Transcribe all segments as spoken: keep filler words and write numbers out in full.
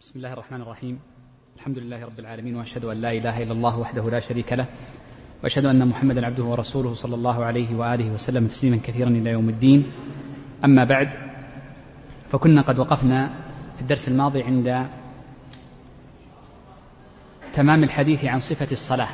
بسم الله الرحمن الرحيم. الحمد لله رب العالمين، وأشهد أن لا إله إلا الله وحده لا شريك له، وأشهد أن محمدا عبده ورسوله صلى الله عليه وآله وسلم تسليما كثيرا إلى يوم الدين. أما بعد، فكنا قد وقفنا في الدرس الماضي عند تمام الحديث عن صفة الصلاة،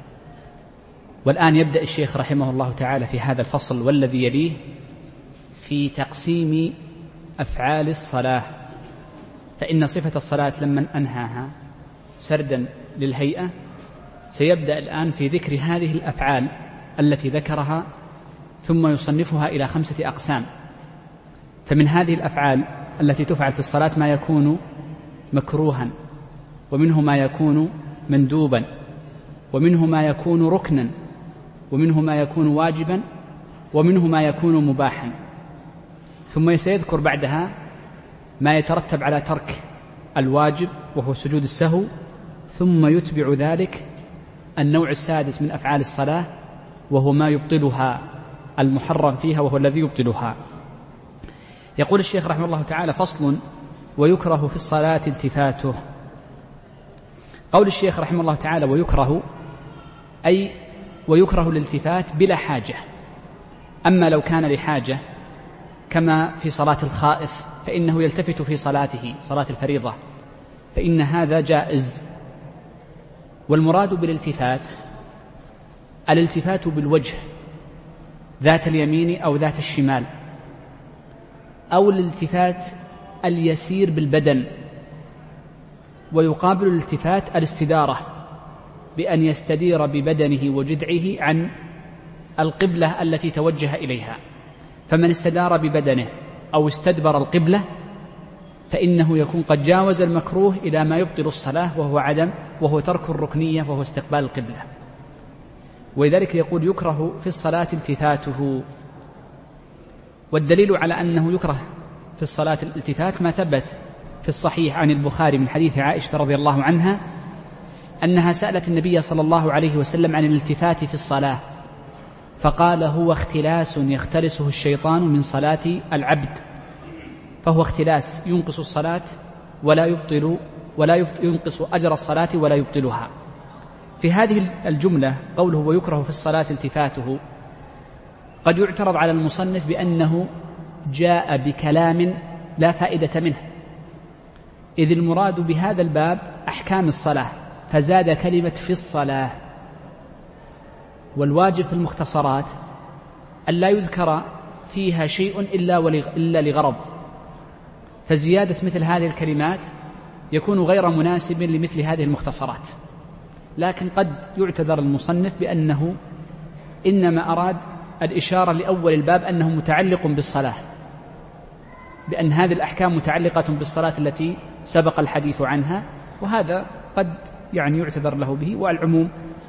والآن يبدأ الشيخ رحمه الله تعالى في هذا الفصل والذي يليه في تقسيم أفعال الصلاة. فإن صفة الصلاة لمن أنهاها سردا للهيئة، سيبدأ الآن في ذكر هذه الأفعال التي ذكرها، ثم يصنفها إلى خمسة أقسام. فمن هذه الأفعال التي تفعل في الصلاة ما يكون مكروها، ومنه ما يكون مندوبا، ومنه ما يكون ركنا، ومنه ما يكون واجبا، ومنه ما يكون مباحا. ثم سيذكر بعدها ما يترتب على ترك الواجب وهو سجود السهو، ثم يتبع ذلك النوع السادس من أفعال الصلاة وهو ما يبطلها، المحرم فيها وهو الذي يبطلها. يقول الشيخ رحمه الله تعالى: فصل: ويكره في الصلاة التفاته. قول الشيخ رحمه الله تعالى ويكره، أي ويكره الالتفات بلا حاجة. أما لو كان لحاجة كما في صلاة الخائف فإنه يلتفت في صلاته، صلاة الفريضة، فإن هذا جائز. والمراد بالالتفات الالتفات بالوجه ذات اليمين أو ذات الشمال، أو الالتفات اليسير بالبدن. ويقابل الالتفات الاستدارة، بأن يستدير ببدنه وجذعه عن القبلة التي توجه إليها. فمن استدار ببدنه أو استدبر القبلة فإنه يكون قد جاوز المكروه إلى ما يبطل الصلاة، وهو عدم وهو ترك الركنية وهو استقبال القبلة. ولذلك يقول: يكره في الصلاة التفاته. والدليل على أنه يكره في الصلاة الالتفات ما ثبت في الصحيح عن البخاري من حديث عائشة رضي الله عنها أنها سألت النبي صلى الله عليه وسلم عن الالتفات في الصلاة، فقال: هو اختلاس يختلسه الشيطان من صلاة العبد. فهو اختلاس ينقص الصلاة ولا يبطل ولا يبطل ينقص أجر الصلاة ولا يبطلها. في هذه الجملة قوله ويكره في الصلاة التفاته قد يعترض على المصنف بأنه جاء بكلام لا فائدة منه، إذ المراد بهذا الباب أحكام الصلاة، فزاد كلمة في الصلاة. والواجب في المختصرات ألا يذكر فيها شيء إلا لغرض، فزيادة مثل هذه الكلمات يكون غير مناسب لمثل هذه المختصرات. لكن قد يعتذر المصنف بأنه إنما أراد الإشارة لأول الباب أنه متعلق بالصلاة، بأن هذه الأحكام متعلقة بالصلاة التي سبق الحديث عنها، وهذا قد يعني يعتذر له به. والعموم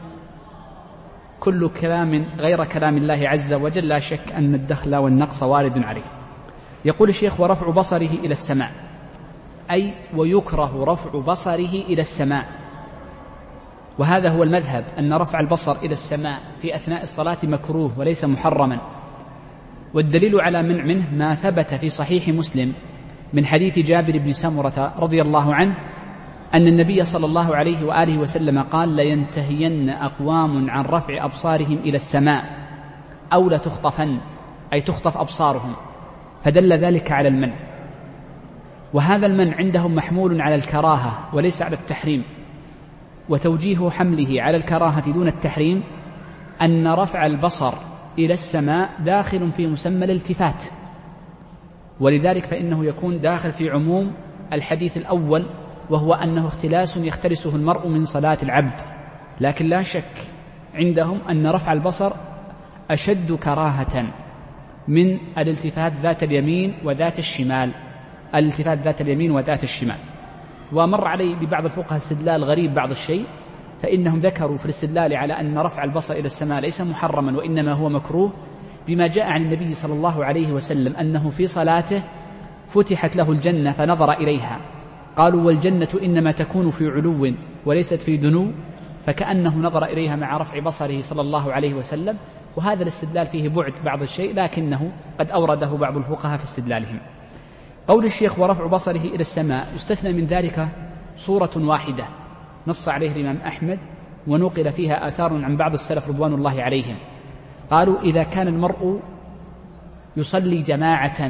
كل كلام غير كلام الله عز وجل لا شك أن الدخل والنقص وارد عليه. يقول الشيخ: ورفع بصره إلى السماء، أي ويكره رفع بصره إلى السماء. وهذا هو المذهب، أن رفع البصر إلى السماء في أثناء الصلاة مكروه وليس محرما. والدليل على منع منه ما ثبت في صحيح مسلم من حديث جابر بن سمرة رضي الله عنه أن النبي صلى الله عليه وآله وسلم قال: لينتهين أقوام عن رفع أبصارهم إلى السماء أو لتخطفن، أي تخطف أبصارهم. فدل ذلك على المنع. وهذا المنع عندهم محمول على الكراهة وليس على التحريم. وتوجيه حمله على الكراهة دون التحريم أن رفع البصر إلى السماء داخل في مسمى الالتفات، ولذلك فإنه يكون داخل في عموم الحديث الأول، وهو أنه اختلاس يختلسه المرء من صلاة العبد. لكن لا شك عندهم أن رفع البصر أشد كراهة من الالتفات ذات اليمين وذات الشمال، الالتفات ذات اليمين وذات الشمال. ومر علي ببعض الفقهاء استدلال غريب بعض الشيء، فإنهم ذكروا في الاستدلال على أن رفع البصر إلى السماء ليس محرما وإنما هو مكروه بما جاء عن النبي صلى الله عليه وسلم أنه في صلاته فتحت له الجنة فنظر إليها، قالوا: والجنة إنما تكون في علو وليست في دنو، فكأنه نظر إليها مع رفع بصره صلى الله عليه وسلم. وهذا الاستدلال فيه بعد بعض الشيء، لكنه قد أورده بعض الفقهاء في استدلالهم. قول الشيخ ورفع بصره إلى السماء يستثنى من ذلك صورة واحدة نص عليه الإمام أحمد ونقل فيها آثار عن بعض السلف رضوان الله عليهم. قالوا إذا كان المرء يصلي جماعة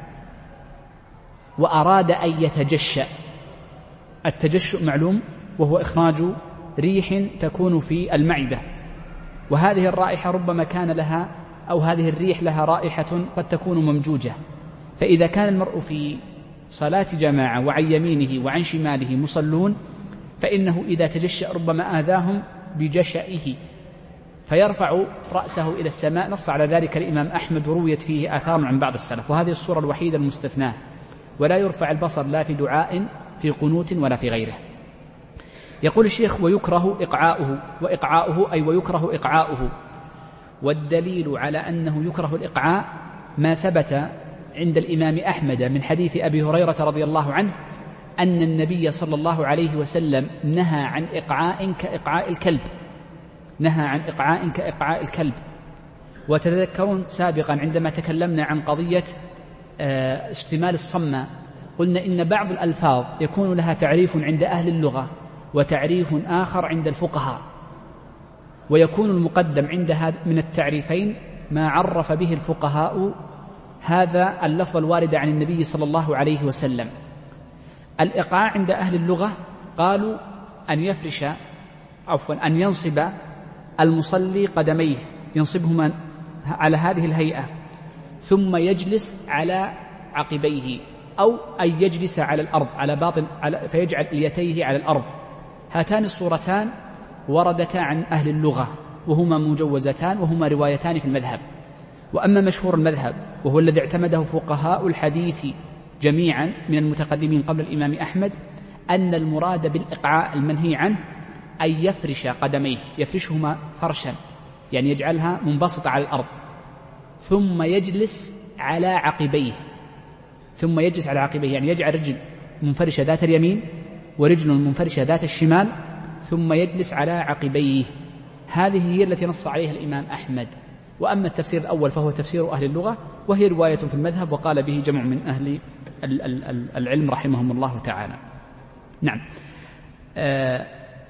وأراد أن يتجشأ، التجشؤ معلوم وهو إخراج ريح تكون في المعدة، وهذه الرائحة ربما كان لها أو هذه الريح لها رائحة قد تكون ممجوجة، فإذا كان المرء في صلاة جماعة وعن يمينه وعن شماله مصلون فإنه إذا تجشأ ربما آذاهم بجشئه فيرفع رأسه إلى السماء. نص على ذلك الإمام أحمد ورويت فيه آثار عن بعض السلف، وهذه الصورة الوحيدة المستثناة، ولا يرفع البصر لا في دعاء في قنوت ولا في غيره. يقول الشيخ ويكره إقعاؤه، وإقعاؤه أي ويكره إقعاؤه، والدليل على أنه يكره الإقعاء ما ثبت عند الإمام أحمد من حديث أبي هريرة رضي الله عنه أن النبي صلى الله عليه وسلم نهى عن إقعاء كإقعاء الكلب، نهى عن إقعاء كإقعاء الكلب. وتذكرون سابقا عندما تكلمنا عن قضية اشتمال الصمة قلنا إن بعض الألفاظ يكون لها تعريف عند أهل اللغة وتعريف آخر عند الفقهاء، ويكون المقدم عند هذا من التعريفين ما عرف به الفقهاء هذا اللفظ الوارد عن النبي صلى الله عليه وسلم. الإقعاء عند أهل اللغة قالوا أن يفرش عفوا أن ينصب المصلي قدميه، ينصبهما على هذه الهيئة ثم يجلس على عقبيه، أو أن يجلس على الأرض على باطن على فيجعل اليتيه على الأرض. هاتان الصورتان وردتا عن أهل اللغة وهما مجوزتان وهما روايتان في المذهب. وأما مشهور المذهب وهو الذي اعتمده فقهاء الحديث جميعا من المتقدمين قبل الإمام أحمد أن المراد بالإقعاء المنهي عنه أن يفرش قدميه، يفرشهما فرشا يعني يجعلها منبسطة على الأرض، ثم يجلس على عقبيه، ثم يجلس على عقبيه يعني يجعل رجل منفرشة ذات اليمين ورجل منفرشة ذات الشمال ثم يجلس على عقبيه. هذه هي التي نص عليها الإمام أحمد. وأما التفسير الأول فهو تفسير أهل اللغة وهي رواية في المذهب وقال به جمع من أهل العلم رحمهم الله تعالى. نعم آه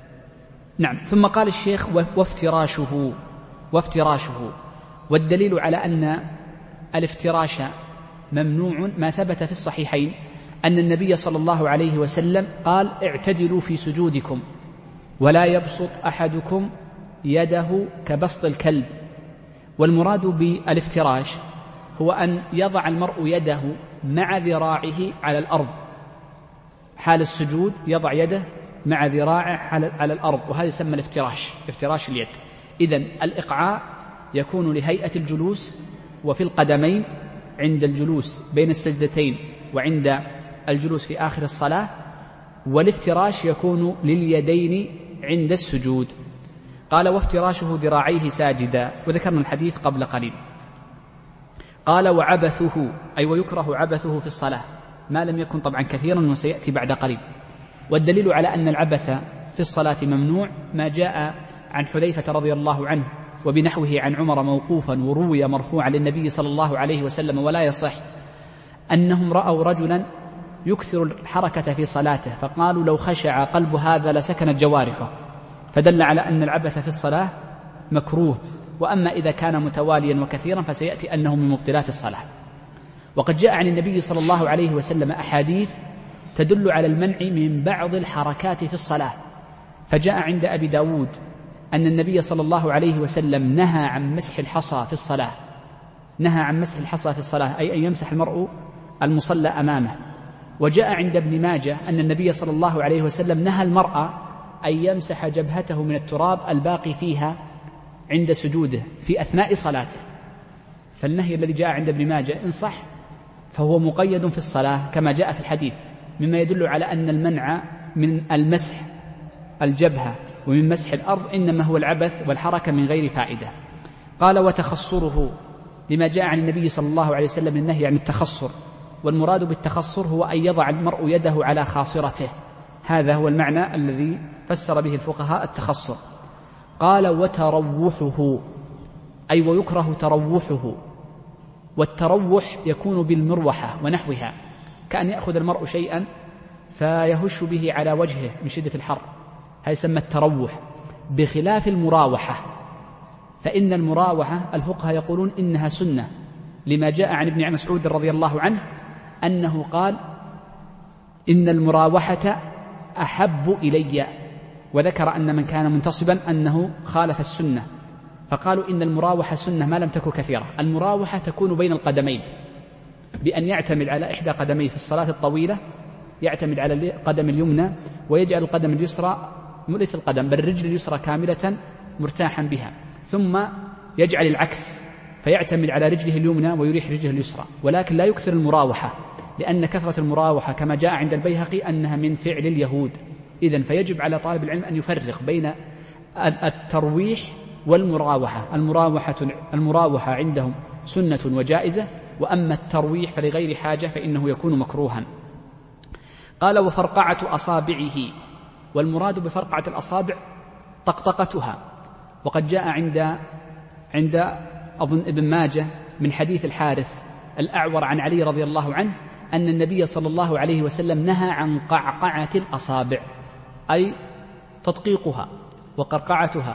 نعم ثم قال الشيخ وافتراشه وافتراشه والدليل على أن الافتراش ممنوع ما ثبت في الصحيحين أن النبي صلى الله عليه وسلم قال اعتدلوا في سجودكم ولا يبسط أحدكم يده كبسط الكلب. والمراد بالافتراش هو أن يضع المرء يده مع ذراعه على الأرض حال السجود، يضع يده مع ذراعه على الأرض، وهذا يسمى الافتراش، افتراش اليد. إذن الإقعاء يكون لهيئة الجلوس وفي القدمين عند الجلوس بين السجدتين وعند الجلوس في آخر الصلاة، والافتراش يكون لليدين عند السجود. قال وافتراشه ذراعيه ساجدا، وذكرنا الحديث قبل قليل. قال وعبثه أي ويكره عبثه في الصلاة ما لم يكن طبعا كثيرا وسيأتي بعد قليل. والدليل على أن العبث في الصلاة ممنوع ما جاء عن حذيفة رضي الله عنه وبنحوه عن عمر موقوفا وروي مرفوعا للنبي صلى الله عليه وسلم ولا يصح أنهم رأوا رجلا يكثر الحركة في صلاته فقالوا لو خشع قلب هذا لسكنت جوارحه، فدل على أن العبث في الصلاة مكروه. وأما إذا كان متواليا وكثيرا فسيأتي أنه من مبطلات الصلاة. وقد جاء عن النبي صلى الله عليه وسلم أحاديث تدل على المنع من بعض الحركات في الصلاة. فجاء عند أبي داود أن النبي صلى الله عليه وسلم نهى عن مسح الحصى في الصلاة، نهى عن مسح الحصى في الصلاة أي أن يمسح المرء المصلى أمامه. وجاء عند ابن ماجه أن النبي صلى الله عليه وسلم نهى المرأة أن يمسح جبهته من التراب الباقي فيها عند سجوده في أثناء صلاته. فالنهي الذي جاء عند ابن ماجه إن صح فهو مقيد في الصلاة كما جاء في الحديث، مما يدل على أن المنع من المسح الجبهة ومن مسح الأرض إنما هو العبث والحركة من غير فائدة. قال وتخصره لما جاء عن النبي صلى الله عليه وسلم النهي عن التخصر، والمراد بالتخصر هو أن يضع المرء يده على خاصرته، هذا هو المعنى الذي فسر به الفقهاء التخصر. قال وتروحه أي ويكره تروحه، والتروح يكون بالمروحة ونحوها، كأن يأخذ المرء شيئا فيهش به على وجهه من شدة الحر، هذا يسمى التروح، بخلاف المراوحة، فإن المراوحة الفقهاء يقولون إنها سنة، لما جاء عن ابن مسعود رضي الله عنه أنه قال إن المراوحة أحب إلي، وذكر أن من كان منتصبا أنه خالف السنة، فقالوا إن المراوحة سنة ما لم تكن كثيرة. المراوحة تكون بين القدمين، بأن يعتمد على إحدى قدميه في الصلاة الطويلة، يعتمد على القدم اليمنى ويجعل القدم اليسرى، ليس القدم بل الرجل اليسرى كاملة مرتاحا بها، ثم يجعل العكس فيعتمد على رجله اليمنى ويريح رجله اليسرى، ولكن لا يكثر المراوحة، لأن كثرة المراوحة كما جاء عند البيهقي أنها من فعل اليهود. إذن فيجب على طالب العلم أن يفرق بين الترويح والمراوحة. المراوحة, المراوحة عندهم سنة وجائزة، وأما الترويح فلغير حاجة فإنه يكون مكروها. قال وفرقعة أصابعه، والمراد بفرقعة الأصابع طقطقتها، وقد جاء عند عند أظن ابن ماجه من حديث الحارث الأعور عن علي رضي الله عنه أن النبي صلى الله عليه وسلم نهى عن قعقعة الأصابع، أي تدقيقها وقرقعتها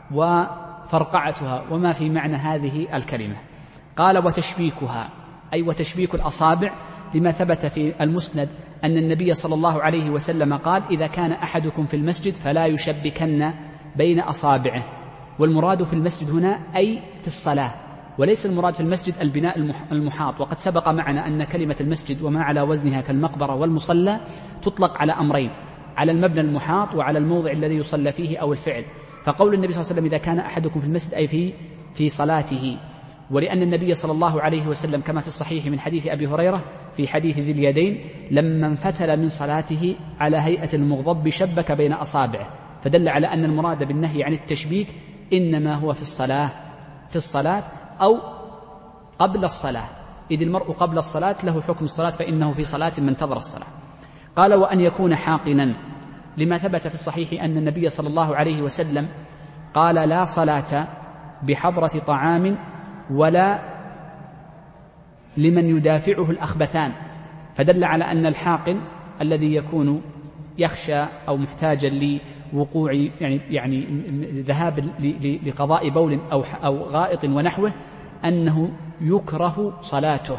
وفرقعتها وما في معنى هذه الكلمة. قال وتشبيكها، أي وتشبيك الأصابع، لما ثبت في المسند أن النبي صلى الله عليه وسلم قال إذا كان أحدكم في المسجد فلا يشبكن بين أصابعه. والمراد في المسجد هنا أي في الصلاة، وليس المراد في المسجد البناء المحاط، وقد سبق معنا أن كلمة المسجد وما على وزنها كالمقبرة والمصلى تطلق على أمرين، على المبنى المحاط وعلى الموضع الذي يصلى فيه أو الفعل. فقول النبي صلى الله عليه وسلم إذا كان أحدكم في المسجد أي في في صلاته، ولأن النبي صلى الله عليه وسلم كما في الصحيح من حديث أبي هريرة في حديث ذي اليدين لما انفتل من صلاته على هيئة المغضب شبك بين أصابعه، فدل على أن المراد بالنهي عن التشبيك إنما هو في الصلاة في الصلاة أو قبل الصلاة، إذ المرء قبل الصلاة له حكم الصلاة فإنه في صلاة من انتظر الصلاة. قال وأن يكون حاقنا، لما ثبت في الصحيح أن النبي صلى الله عليه وسلم قال لا صلاة بحضرة طعام ولا لمن يدافعه الأخبثان، فدل على أن الحاقن الذي يكون يخشى أو محتاجا لوقوع يعني يعني ذهاب لقضاء بول أو أو غائط ونحوه أنه يكره صلاته.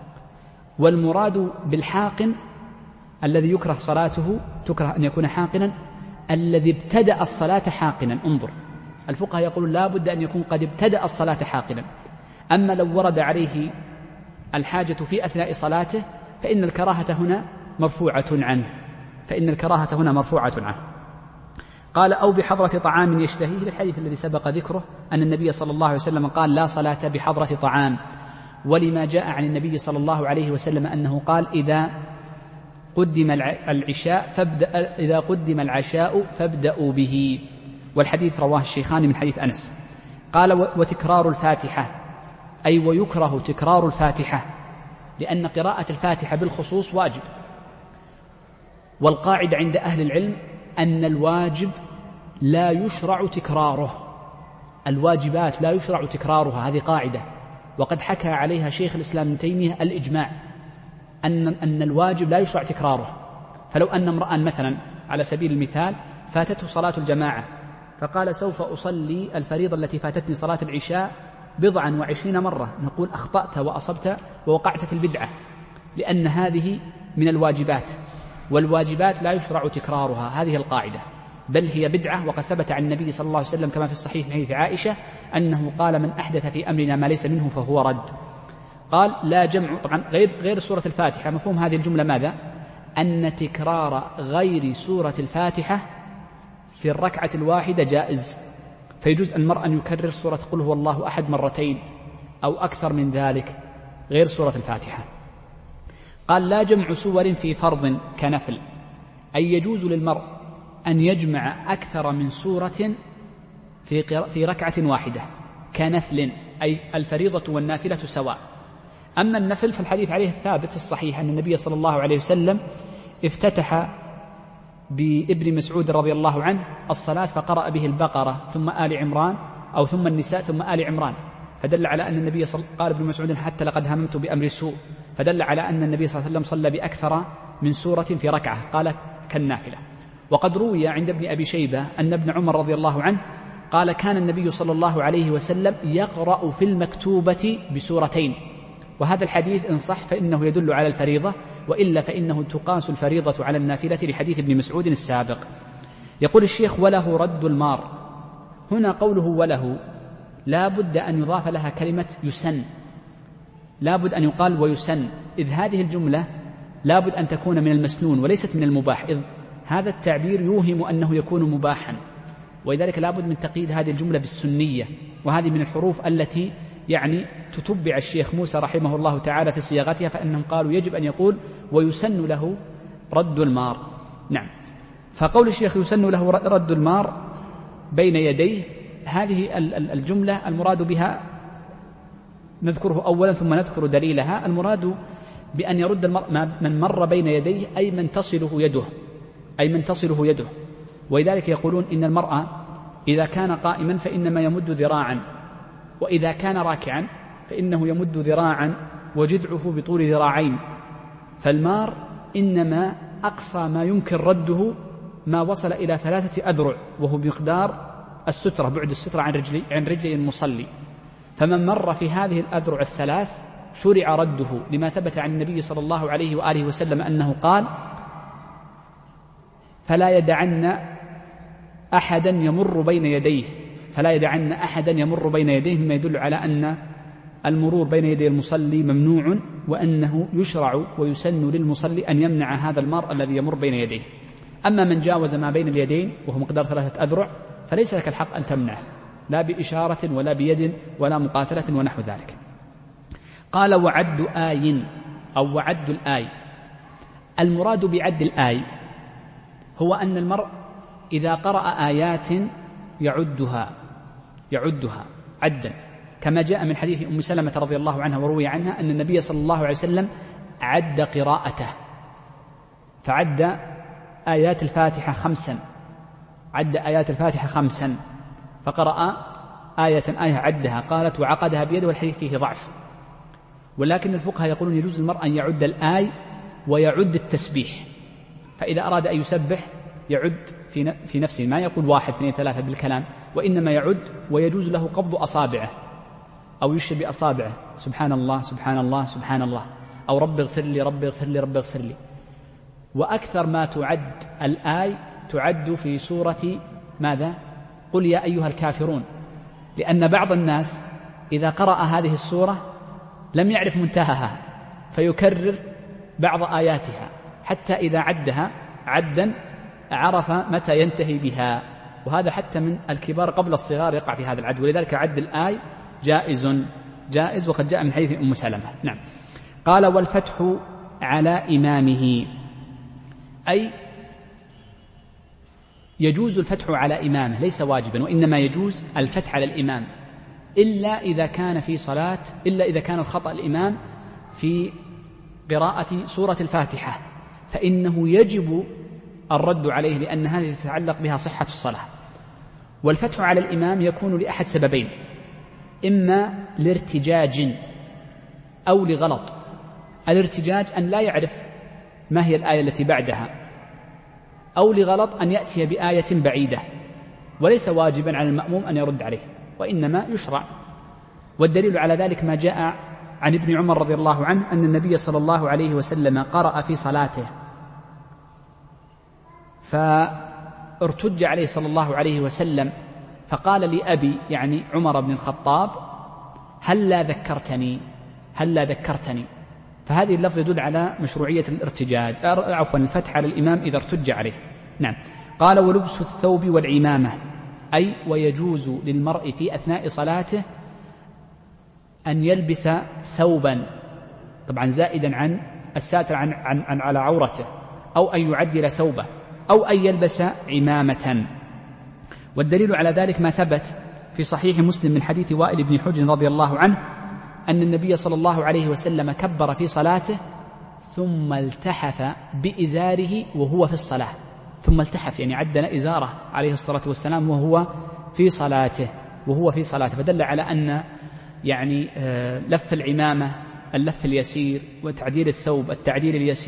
والمراد بالحاقن الذي يكره صلاته، تكره أن يكون حاقنا الذي ابتدأ الصلاة حاقنا. انظر، الفقهاء يقولون لا بد أن يكون قد ابتدأ الصلاة حاقنا، أما لو ورد عليه الحاجة في أثناء صلاته فإن الكراهة هنا مرفوعة عنه فإن الكراهة هنا مرفوعة عنه. قال أو بحضرة طعام يشتهيه، للحديث الذي سبق ذكره أن النبي صلى الله عليه وسلم قال لا صلاة بحضرة طعام، ولما جاء عن النبي صلى الله عليه وسلم أنه قال إذا قدم العشاء فابدأ إذا قدم العشاء فابدأوا به، والحديث رواه الشيخان من حديث أنس. قال وتكرار الفاتحة، أي ويكره تكرار الفاتحة، لأن قراءة الفاتحة بالخصوص واجب، والقاعدة عند أهل العلم أن الواجب لا يشرع تكراره، الواجبات لا يشرع تكرارها، هذه قاعدة، وقد حكى عليها شيخ الإسلام ابن تيمية الإجماع أن أن الواجب لا يشرع تكراره. فلو أن امرأ مثلا على سبيل المثال فاتته صلاة الجماعة فقال سوف أصلي الفريضة التي فاتتني صلاة العشاء بضعا وعشرين مرة، نقول أخطأت وأصبت ووقعت في البدعة، لأن هذه من الواجبات، والواجبات لا يشرع تكرارها، هذه القاعدة، بل هي بدعة. وقد ثبت عن النبي صلى الله عليه وسلم كما في الصحيح من حديث عائشة أنه قال من أحدث في أمرنا ما ليس منه فهو رد. قال لا جمع، طبعا غير غير سورة الفاتحة. مفهوم هذه الجملة ماذا؟ أن تكرار غير سورة الفاتحة في الركعة الواحدة جائز، فيجوز المرء أن يكرر سورة قل هو الله أحد مرتين أو أكثر من ذلك غير سورة الفاتحة. قال لا جمع سور في فرض كنفل، أي يجوز للمرء أن يجمع أكثر من سورة في في ركعة واحدة كنفل، أي الفريضة والنافلة سواء. أما النفل فالحديث عليه الثابت الصحيح أن النبي صلى الله عليه وسلم افتتح بابن مسعود رضي الله عنه الصلاة فقرأ به البقرة ثم آل عمران أو ثم النساء ثم آل عمران، فدل على أن النبي صلى قال ابن مسعود حتى لقد هممت بأمر سوء، فدل على أن النبي صلى الله عليه وسلم صلى بأكثر من سورة في ركعة، قال كالنافلة. وقد روي عند ابن أبي شيبة أن ابن عمر رضي الله عنه قال كان النبي صلى الله عليه وسلم يقرأ في المكتوبة بسورتين، وهذا الحديث إن صح فإنه يدل على الفريضة، وإلا فإنه تقاس الفريضة على النافلة لحديث ابن مسعود السابق. يقول الشيخ وله رد المار. هنا قوله وله لا بد أن يضاف لها كلمة يسن، لا بد أن يقال ويسن، إذ هذه الجملة لا بد أن تكون من المسنون وليست من المباح، إذ هذا التعبير يوهم أنه يكون مباحا، ولذلك لا بد من تقييد هذه الجملة بالسنية، وهذه من الحروف التي يعني تتبع الشيخ موسى رحمه الله تعالى في صياغتها، فإنهم قالوا يجب أن يقول ويسن له رد المار. نعم، فقول الشيخ يسن له رد المار بين يديه، هذه الجملة المراد بها نذكره أولا ثم نذكر دليلها. المراد بأن يرد المرء من مر بين يديه أي من تصله يده، أي من تصله يده. ولذلك يقولون إن المرء إذا كان قائما فإنما يمد ذراعا، وإذا كان راكعا فإنه يمد ذراعا وجذعه بطول ذراعين. فالمار إنما أقصى ما يمكن رده ما وصل إلى ثلاثة أذرع، وهو بمقدار السترة، بعد السترة عن رجلي عن رجلي المصلي. فمن مر في هذه الأذرع الثلاث شرع رده، لما ثبت عن النبي صلى الله عليه وآله وسلم أنه قال فلا يدعن أحدا يمر بين يديه، فلا يدعن أحدا يمر بين يديه، مما يدل على أن المرور بين يدي المصلي ممنوع، وأنه يشرع ويسن للمصلي أن يمنع هذا المار الذي يمر بين يديه. أما من جاوز ما بين اليدين وهو مقدار ثلاثة أذرع فليس لك الحق أن تمنعه، لا بإشارة ولا بيد ولا مقاتلة ونحو ذلك. قال وعد آي أو وعد الآي. المراد بعد الآي هو أن المرء إذا قرأ آيات يعدها يعدها عدا، كما جاء من حديث أم سلمة رضي الله عنها وروي عنها أن النبي صلى الله عليه وسلم عد قراءته، فعد آيات الفاتحة خمسا، عد آيات الفاتحة خمسا، فقرأ آية آية عدها، قالت وعقدها بيده، والحديث فيه ضعف. ولكن الفقهاء يقولون يجوز المرء أن يعد الآي ويعد التسبيح، فإذا أراد أن يسبح يعد في نفسه، ما يقول واحد اثنين ثلاثة بالكلام، وإنما يعد، ويجوز له قبض أصابعه أو يشر بأصابعه سبحان الله سبحان الله سبحان الله، أو رب اغفر لي رب اغفر لي رب اغفر لي. وأكثر ما تعد الآي تعد في سورة ماذا؟ قل يا أيها الكافرون، لأن بعض الناس إذا قرأ هذه السورة لم يعرف منتهاها فيكرر بعض آياتها، حتى إذا عدها عدا عرف متى ينتهي بها، وهذا حتى من الكبار قبل الصغار يقع في هذا العد، ولذلك عد الآي جائز جائز وقد جاء من حديث أم سلمة. نعم. قال والفتح على إمامه، أي يجوز الفتح على إمامه، ليس واجبا، وإنما يجوز الفتح على الإمام، إلا إذا كان في صلاة إلا إذا كان الخطأ الإمام في قراءة سورة الفاتحة، فإنه يجب الرد عليه، لأن هذه تتعلق بها صحة الصلاة. والفتح على الإمام يكون لأحد سببين: إما لارتجاج أو لغلط. الارتجاج أن لا يعرف ما هي الآية التي بعدها، أو لغلط أن يأتي بآية بعيدة، وليس واجبا على المأموم أن يرد عليه، وإنما يشرع. والدليل على ذلك ما جاء عن ابن عمر رضي الله عنه أن النبي صلى الله عليه وسلم قرأ في صلاته فارتج عليه صلى الله عليه وسلم، فقال لأبي يعني عمر بن الخطاب هل لا ذكرتني هل لا ذكرتني فهذه اللفظ يدل على مشروعية الارتجاج، عفوا الفتح على الإمام إذا ارتج عليه. نعم. قال ولبس الثوب والعمامة، أي ويجوز للمرء في أثناء صلاته أن يلبس ثوبا، طبعا زائدا عن الساتر عن, عن, عن على عورته، أو أن يعدل ثوبه، أو أن يلبس عمامة. والدليل على ذلك ما ثبت في صحيح مسلم من حديث وائل بن حجر رضي الله عنه أن النبي صلى الله عليه وسلم كبر في صلاته ثم التحف بإزاره وهو في الصلاة، ثم التحف يعني عدل إزاره عليه الصلاة والسلام وهو في صلاته وهو في صلاته فدل على أن يعني لف العمامة اللف اليسير، وتعديل الثوب التعديل اليسير،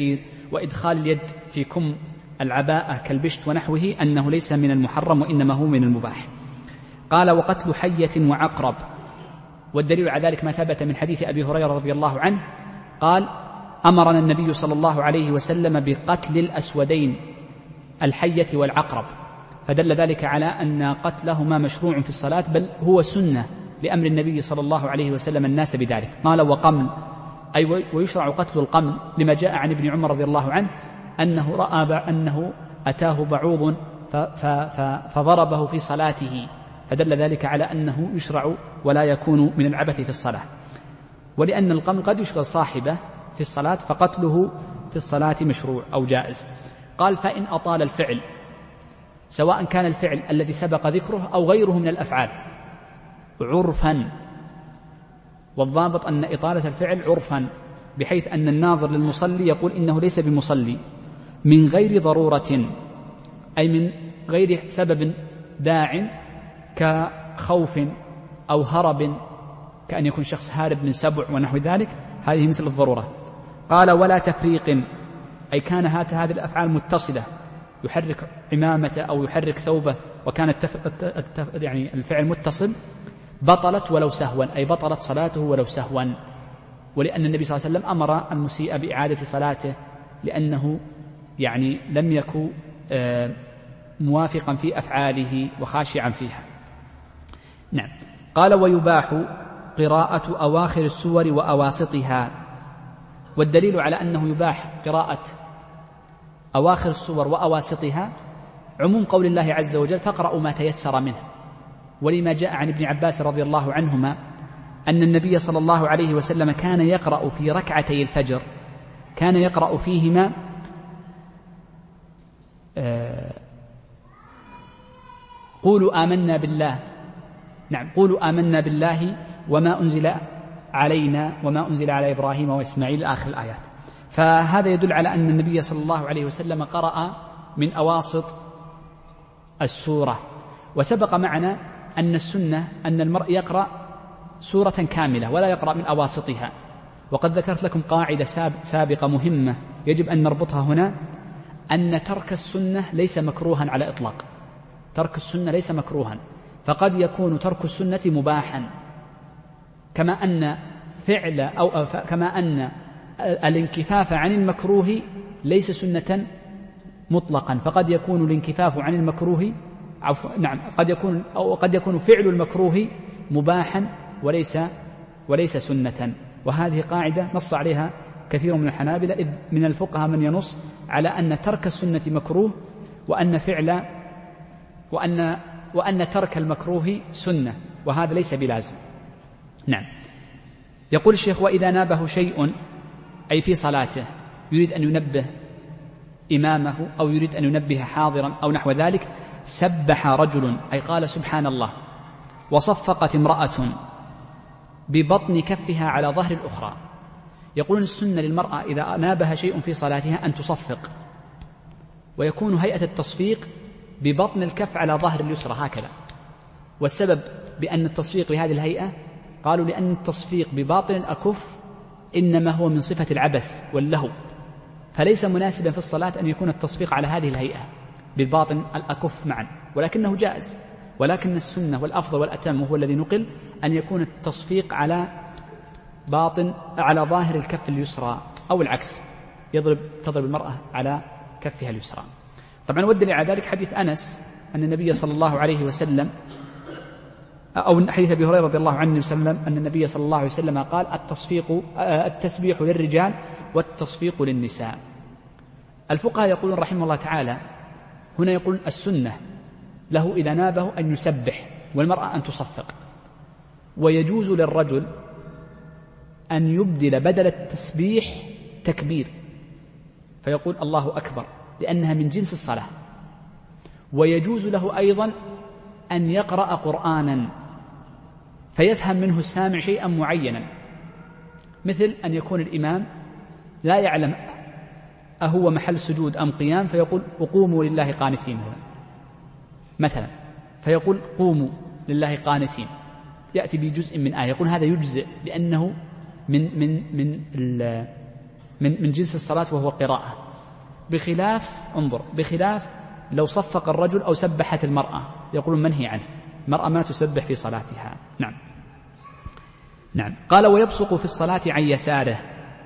وإدخال اليد في كم العباءة كالبشت ونحوه أنه ليس من المحرم وإنما هو من المباح. قال وقتل حية وعقرب، والدليل على ذلك ما ثبت من حديث أبي هريرة رضي الله عنه قال أمرنا النبي صلى الله عليه وسلم بقتل الأسودين الحية والعقرب، فدل ذلك على أن قتلهما مشروع في الصلاة، بل هو سنة لأمر النبي صلى الله عليه وسلم الناس بذلك. قال وقمل، أي ويشرع قتل القمل لما جاء عن ابن عمر رضي الله عنه أنه رأى أنه أتاه بعوض فضربه في صلاته، فدل ذلك على أنه يشرع ولا يكون من العبث في الصلاة. ولأن القمل قد يشغل صاحبه في الصلاة فقتله في الصلاة مشروع أو جائز. قال فإن أطال الفعل، سواء كان الفعل الذي سبق ذكره أو غيره من الأفعال عرفا، والضابط أن إطالة الفعل عرفا بحيث أن الناظر للمصلي يقول إنه ليس بمصلي، من غير ضرورة أي من غير سبب داع كخوف أو هرب، كأن يكون شخص هارب من سبع ونحو ذلك، هذه مثل الضرورة. قال ولا تفريق، أي كان هات هذه الأفعال متصلة، يحرك عمامته أو يحرك ثوبه وكان التف... التف... يعني الفعل متصل، بطلت ولو سهوا، أي بطلت صلاته ولو سهوا. ولأن النبي صلى الله عليه وسلم أمر المسيء بإعادة صلاته لأنه يعني لم يكن موافقا في أفعاله وخاشعا فيها. نعم. قال ويباح قراءة أواخر السور وأواسطها، والدليل على أنه يباح قراءة أواخر السور وأواسطها عموم قول الله عز وجل فاقرأوا ما تيسر منه، ولما جاء عن ابن عباس رضي الله عنهما أن النبي صلى الله عليه وسلم كان يقرأ في ركعتي الفجر، كان يقرأ فيهما آه قولوا آمنا بالله، نعم قولوا آمنا بالله وما أنزل علينا وما أنزل على إبراهيم وإسماعيل آخر الآيات. فهذا يدل على أن النبي صلى الله عليه وسلم قرأ من أواسط السورة. وسبق معنا أن السنة أن المرء يقرأ سورة كاملة ولا يقرأ من أواسطها، وقد ذكرت لكم قاعدة سابقة مهمة يجب أن نربطها هنا، أن ترك السنة ليس مكروها على إطلاق، ترك السنة ليس مكروها، فقد يكون ترك السنة مباحا، كما أن فعل أو كما أن الانكفاف عن المكروه ليس سنة مطلقا، فقد يكون الانكفاف عن المكروه عفوا نعم قد يكون أو قد يكون فعل المكروه مباحا وليس وليس سنة. وهذه قاعدة نص عليها كثير من الحنابلة، إذ من الفقهاء من ينص على أن ترك السنة مكروه وأن فعل وأن وأن ترك المكروه سنة، وهذا ليس بلازم. نعم. يقول الشيخ وإذا نابه شيء أي في صلاته يريد أن ينبه إمامه أو يريد أن ينبه حاضرا أو نحو ذلك، سبح رجل أي قال سبحان الله، وصفقت امرأة ببطن كفها على ظهر الأخرى. يقولون السنة للمرأة إذا نابها شيء في صلاتها أن تصفق، ويكون هيئة التصفيق ببطن الكف على ظهر اليسرى هكذا. والسبب بأن التصفيق بهذه الهيئة قالوا لأن التصفيق بباطن الأكف إنما هو من صفة العبث واللهو، فليس مناسبا في الصلاة أن يكون التصفيق على هذه الهيئة بباطن الأكف معا، ولكنه جائز. ولكن السنة والأفضل والأتم وهو الذي نقل أن يكون التصفيق على باطن على ظاهر الكف اليسرى أو العكس، يضرب تضرب المرأة على كفها اليسرى. طبعا والدليل على ذلك حديث أنس أن النبي صلى الله عليه وسلم أو حديث أبي هريرة رضي الله عنه وسلم أن النبي صلى الله عليه وسلم قال التصفيق التسبيح للرجال والتصفيق للنساء. الفقهاء يقولون رحمه الله تعالى هنا يقول السنة له إذا نابه أن يسبح والمرأة أن تصفق، ويجوز للرجل أن يبدل بدل التسبيح تكبير فيقول الله أكبر لأنها من جنس الصلاة، ويجوز له أيضا أن يقرأ قرآنا فيفهم منه السامع شيئا معينا، مثل أن يكون الإمام لا يعلم أهو محل سجود أم قيام فيقول وقوموا لله قانتين مثلا، فيقول قوموا لله قانتين، يأتي بجزء من آية، يقول هذا يجزئ لأنه من من من من من جنس الصلاة وهو القراءة. بخلاف انظر بخلاف لو صفق الرجل أو سبحت المرأة، يقولون منهي عنه، المرأة ما تسبح في صلاتها. نعم نعم قال ويبصق في الصلاة عن يساره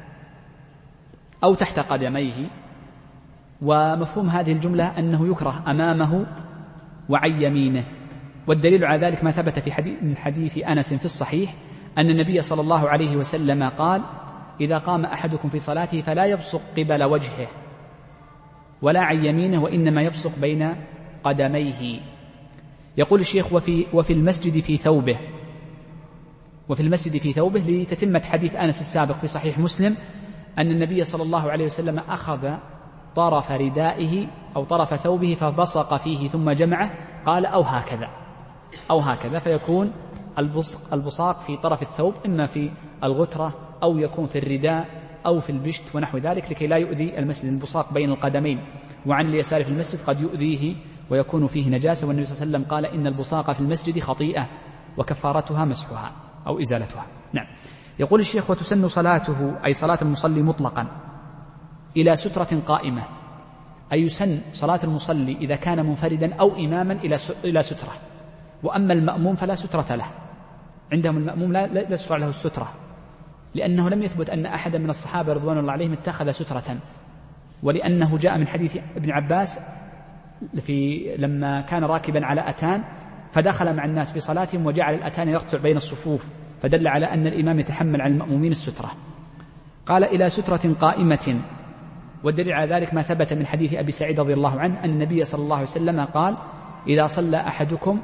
أو تحت قدميه. ومفهوم هذه الجملة أنه يكره أمامه وعن يمينه، والدليل على ذلك ما ثبت في حديث من حديث أنس في الصحيح أن النبي صلى الله عليه وسلم قال إذا قام أحدكم في صلاته فلا يبصق قبل وجهه ولا عن يمينه وإنما يبصق بين قدميه. يقول الشيخ وفي, وفي المسجد في ثوبه وفي المسجد في ثوبه لتتمة حديث أنس السابق في صحيح مسلم أن النبي صلى الله عليه وسلم أخذ طرف ردائه أو طرف ثوبه فبصق فيه ثم جمعه، قال أو هكذا أو هكذا، فيكون البصق البصاق في طرف الثوب إما في الغترة أو يكون في الرداء أو في البشت ونحو ذلك لكي لا يؤذي المسجد. البصاق بين القدمين وعن اليسار في المسجد قد يؤذيه ويكون فيه نجاسة، والنبي صلى الله عليه وسلم قال إن البصاق في المسجد خطيئة وكفارتها مسحها أو إزالتها. نعم. يقول الشيخ وتسن صلاته أي صلاة المصلي مطلقا إلى سترة قائمة، أي يسن صلاة المصلي إذا كان منفردا أو إماما إلى سترة، وأما المأموم فلا سترة له. عندهم المأموم لا, لا تشرع له السترة، لأنه لم يثبت أن أحدا من الصحابة رضوان الله عليهم اتخذ سترة، ولأنه جاء من حديث ابن عباس في لما كان راكبا على أتان فدخل مع الناس في صلاتهم وجعل الأتان يقطع بين الصفوف، فدل على أن الإمام يتحمل على المأمومين السترة. قال إلى سترة قائمة، والدليل على ذلك ما ثبت من حديث أبي سعيد رضي الله عنه أن النبي صلى الله عليه وسلم قال إذا صلى أحدكم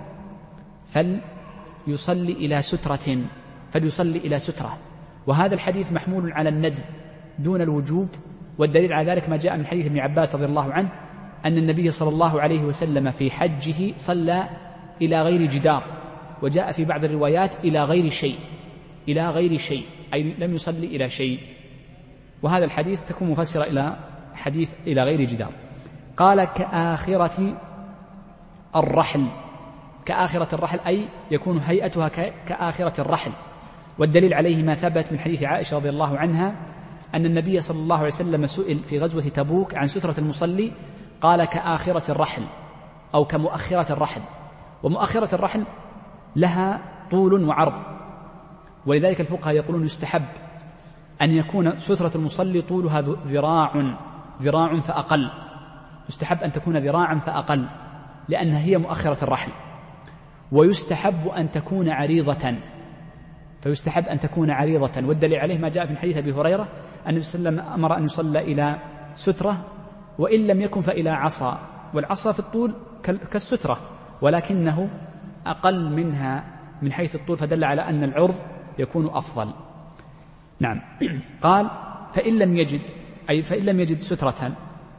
فليصلي إلى سترة فليصلي إلى سترة. وهذا الحديث محمول على الندب دون الوجوب، والدليل على ذلك ما جاء من حديث ابن عباس رضي الله عنه أن النبي صلى الله عليه وسلم في حجه صلى إلى غير جدار، وجاء في بعض الروايات إلى غير شيء إلى غير شيء أي لم يصلي إلى شيء، وهذا الحديث تكون مفسرة إلى حديث إلى غير جدار. قال كآخرة الرحل، كآخرة الرحل أي يكون هيئتها كآخرة الرحل، والدليل عليه ما ثبت من حديث عائشة رضي الله عنها أن النبي صلى الله عليه وسلم سئل في غزوة تبوك عن سترة المصلي قال كآخرة الرحل أو كمؤخرة الرحل، ومؤخرة الرحل لها طول وعرض، ولذلك الفقهاء يقولون يستحب أن يكون سترة المصلي طولها ذراع ذراع فأقل، يستحب أن تكون ذراعا فأقل لأنها هي مؤخرة الرحل، ويستحب أن تكون عريضة، فيستحب أن تكون عريضة، والدليل عليه ما جاء في حديث أبي هريرة أن النبي صلى الله عليه وسلم أمر أن يصلى إلى سترة وإن لم يكن فإلى عصا، والعصا في الطول كالسترة ولكنه أقل منها من حيث الطول، فدل على أن العرض يكون أفضل. نعم. قال فإن لم يجد أي فإن لم يجد سترة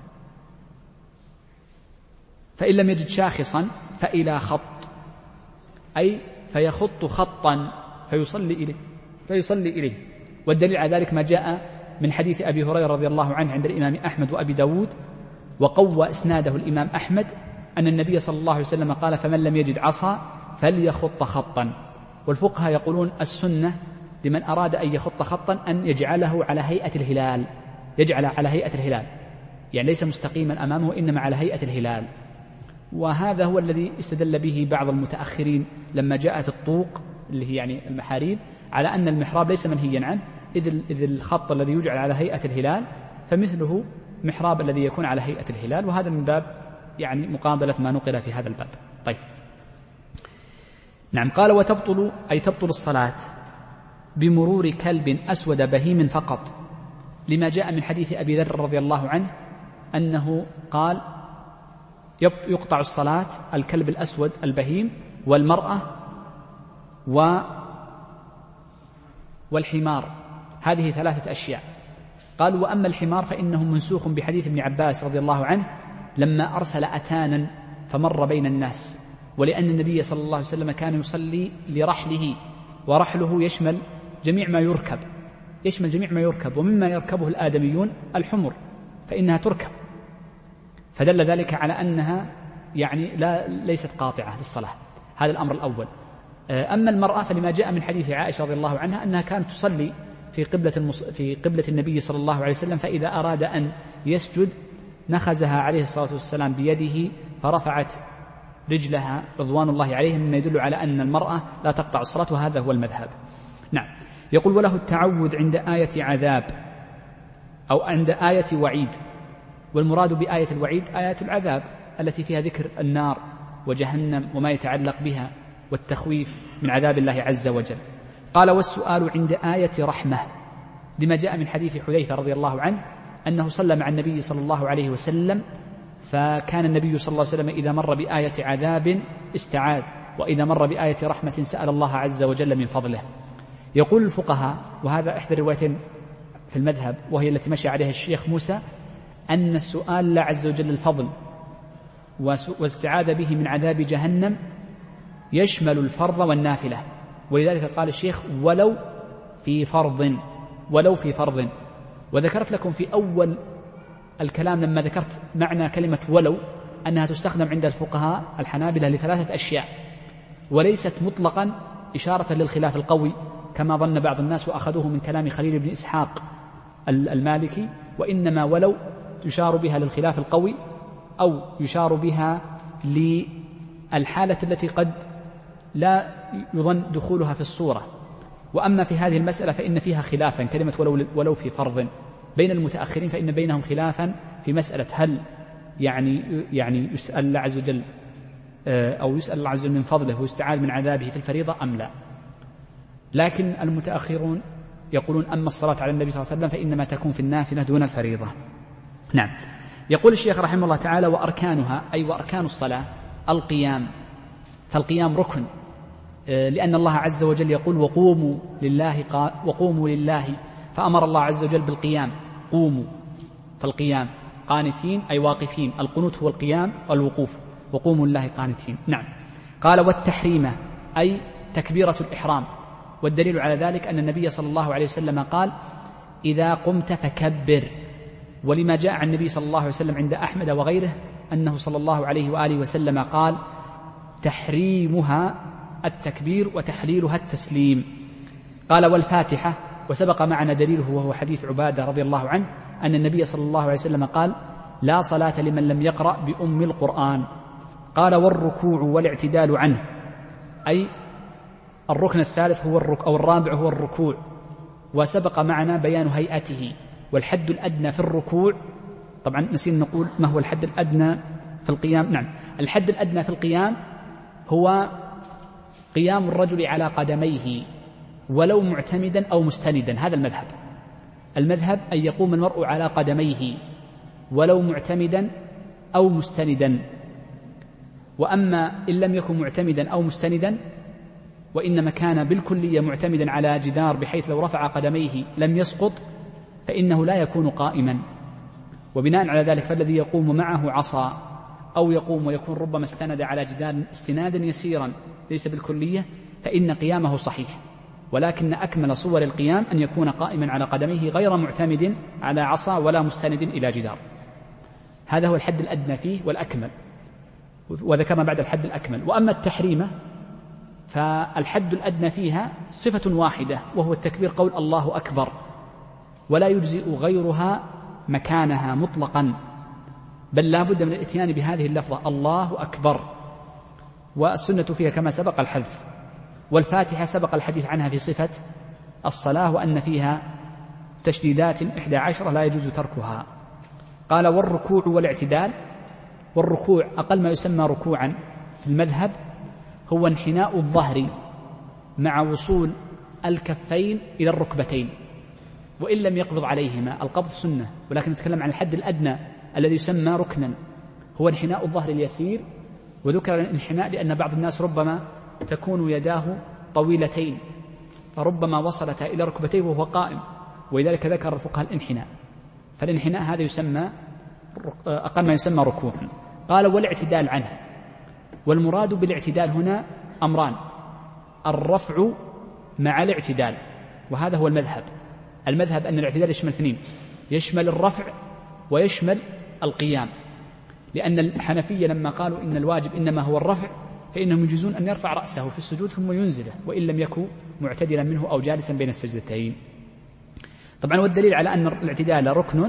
فإن لم يجد شاخصا فإلى خط، أي فيخط خطا فيصلي إليه فيصلي إليه والدليل على ذلك ما جاء من حديث أبي هريرة رضي الله عنه عند الإمام أحمد وأبي داود، وقوى إسناده الإمام أحمد أن النبي صلى الله عليه وسلم قال فمن لم يجد عصا فليخط خطا. والفقهاء يقولون السنة لمن أراد أن يخط خطا أن يجعله على هيئة الهلال، يجعل على هيئة الهلال، يعني ليس مستقيما أمامه إنما على هيئة الهلال، وهذا هو الذي استدل به بعض المتأخرين لما جاءت الطوق اللي هي يعني المحاريب على أن المحراب ليس منهيا عنه، إذ الخط الذي يجعل على هيئة الهلال فمثله محراب الذي يكون على هيئة الهلال، وهذا من باب يعني مقابلة ما نقل في هذا الباب. طيب. نعم. قال وتبطل أي تبطل الصلاة بمرور كلب أسود بهيم فقط، لما جاء من حديث أبي ذر رضي الله عنه أنه قال يقطع الصلاة الكلب الأسود البهيم والمرأة و والحمار، هذه ثلاثة أشياء. قال وأما الحمار فإنه منسوخ بحديث ابن عباس رضي الله عنه لما أرسل أتانا فمر بين الناس، ولأن النبي صلى الله عليه وسلم كان يصلي لرحله، ورحله يشمل جميع ما يركب يشمل جميع ما يركب ومما يركبه الآدميون الحمر فإنها تركب، فدل ذلك على أنها يعني لا ليست قاطعة للصلاة. هذا الأمر الأول. أما المرأة فلما جاء من حديث عائشة رضي الله عنها أنها كانت تصلي في قبلة المص... في قبلة النبي صلى الله عليه وسلم، فإذا أراد أن يسجد نخزها عليه الصلاة والسلام بيده فرفعت رجلها رضوان الله عليهم، مما يدل على أن المرأة لا تقطع الصلاة، وهذا هو المذهب. نعم. يقول وله التعوذ عند آية عذاب أو عند آية وعيد، والمراد بآية الوعيد آية العذاب التي فيها ذكر النار وجهنم وما يتعلق بها والتخويف من عذاب الله عز وجل. قال والسؤال عند آية رحمة، لما جاء من حديث حذيفة رضي الله عنه أنه صلى مع النبي صلى الله عليه وسلم، فكان النبي صلى الله عليه وسلم إذا مر بآية عذاب استعاذ، وإذا مر بآية رحمة سأل الله عز وجل من فضله. يقول الفقهاء، وهذا إحدى الروايتين في المذهب وهي التي مشى عليها الشيخ موسى، أن السؤال الله عز وجل الفضل والاستعاذة به من عذاب جهنم يشمل الفرض والنافلة، ولذلك قال الشيخ ولو في فرض، ولو في فرض. وذكرت لكم في أول الكلام لما ذكرت معنى كلمة ولو أنها تستخدم عند الفقهاء الحنابلة لثلاثة أشياء، وليست مطلقا إشارة للخلاف القوي كما ظن بعض الناس وأخذوه من كلام خليل بن إسحاق المالكي، وإنما ولو يشار بها للخلاف القوي أو يشار بها للحالة التي قد لا يظن دخولها في الصورة. وأما في هذه المسألة فإن فيها خلافا، كلمة ولو, ولو في فرض بين المتأخرين، فإن بينهم خلافا في مسألة هل يعني يعني يسأل الله عز وجل أو يسأل الله عز وجل من فضله ويستعاذ من عذابه في الفريضة أم لا. لكن المتأخرون يقولون أما الصلاة على النبي صلى الله عليه وسلم فإنما تكون في النافلة دون الفريضة. نعم. يقول الشيخ رحمه الله تعالى وأركانها، أي وأركان الصلاة القيام، فالقيام ركن، لأن الله عز وجل يقول وقوموا لله وقوموا لله، فأمر الله عز وجل بالقيام، قوموا، فالقيام قانتين أي واقفين، القنوت هو القيام والوقوف، وقوموا لله قانتين. نعم. قال والتحريمة أي تكبيرة الإحرام، والدليل على ذلك أن النبي صلى الله عليه وسلم قال إذا قمت فكبر، ولما جاء عن النبي صلى الله عليه وسلم عند أحمد وغيره أنه صلى الله عليه وآله وسلم قال تحريمها التكبير وتحليلها التسليم. قال والفاتحة، وسبق معنا دليله وهو حديث عبادة رضي الله عنه أن النبي صلى الله عليه وسلم قال لا صلاة لمن لم يقرأ بأم القرآن. قال والركوع والاعتدال عنه، أي الركن الثالث هو الرك أو الرابع هو الركوع، وسبق معنا بيان هيئته. والحد الأدنى في الركوع، طبعا نسينا نقول ما هو الحد الأدنى في القيام. نعم، الحد الأدنى في القيام هو قيام الرجل على قدميه ولو معتمدا أو مستندا، هذا المذهب. المذهب أن يقوم المرء على قدميه ولو معتمدا أو مستندا. وأما إن لم يكن معتمدا أو مستندا وإنما كان بالكلية معتمدا على جدار بحيث لو رفع قدميه لم يسقط، فإنه لا يكون قائما. وبناء على ذلك فالذي يقوم معه عصا أو يقوم ويكون ربما استند على جدار استنادا يسيرا ليس بالكلية، فإن قيامه صحيح، ولكن أكمل صور القيام أن يكون قائما على قدميه غير معتمد على عصا ولا مستند إلى جدار. هذا هو الحد الأدنى فيه والأكمل، وذكرنا بعد الحد الأكمل. وأما التحريمة فالحد الأدنى فيها صفة واحدة وهو التكبير، قول الله أكبر، ولا يجزئ غيرها مكانها مطلقا، بل لا بد من الاتيان بهذه اللفظة الله أكبر، والسنة فيها كما سبق الحذف. والفاتحة سبق الحديث عنها في صفة الصلاة وأن فيها تشديدات إحدى عشرة لا يجوز تركها. قال والركوع والاعتدال، والركوع أقل ما يسمى ركوعا في المذهب هو انحناء الظهر مع وصول الكفين إلى الركبتين، وإن لم يقبض عليهما، القبض سنة، ولكن نتكلم عن الحد الأدنى الذي يسمى ركنا هو انحناء الظهر اليسير. وذكر الانحناء لأن بعض الناس ربما تكون يداه طويلتين فربما وصلتا إلى ركبتيه وهو قائم، ولذلك ذكر الفقهاء الانحناء، فالانحناء هذا يسمى أقل ما يسمى ركوعا. قال والاعتدال عنه، والمراد بالاعتدال هنا أمران: الرفع مع الاعتدال، وهذا هو المذهب. المذهب أن الاعتدال يشمل اثنين، يشمل الرفع ويشمل القيام، لأن الحنفية لما قالوا إن الواجب إنما هو الرفع فإنهم يجوزون أن يرفع رأسه في السجود ثم ينزله وإن لم يكن معتدلا منه أو جالسا بين السجدتين. طبعا والدليل على أن الاعتدال ركن